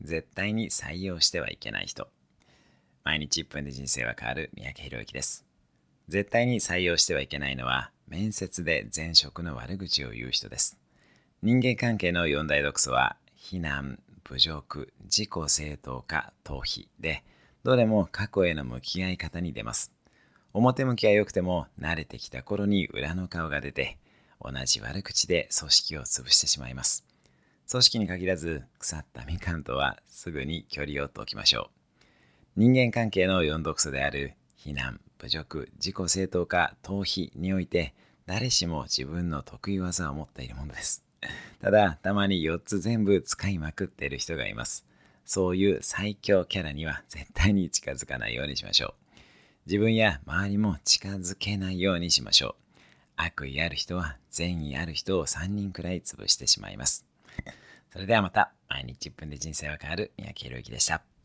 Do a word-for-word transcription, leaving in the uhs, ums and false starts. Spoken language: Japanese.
絶対に採用してはいけない人。毎日いっぷんで人生は変わる三宅宏之です。絶対に採用してはいけないのは、面接で前職の悪口を言う人です。人間関係の四大毒素は、非難、侮辱、自己正当化、逃避で、どれも過去への向き合い方に出ます。表向きは良くても、慣れてきた頃に裏の顔が出て、同じ悪口で組織を潰してしまいます。組織に限らず、腐ったみかんとはすぐに距離を置きましょう。人間関係の四毒素である非難、侮辱、自己正当化、逃避において、誰しも自分の得意技を持っているものです。ただ、たまによっつ全部使いまくっている人がいます。そういう最強キャラには絶対に近づかないようにしましょう。自分や周りも近づけないようにしましょう。悪意ある人は善意ある人をさんにんくらい潰してしまいます。それではまた、毎日いっぷんで人生は変わる三宅宏之でした。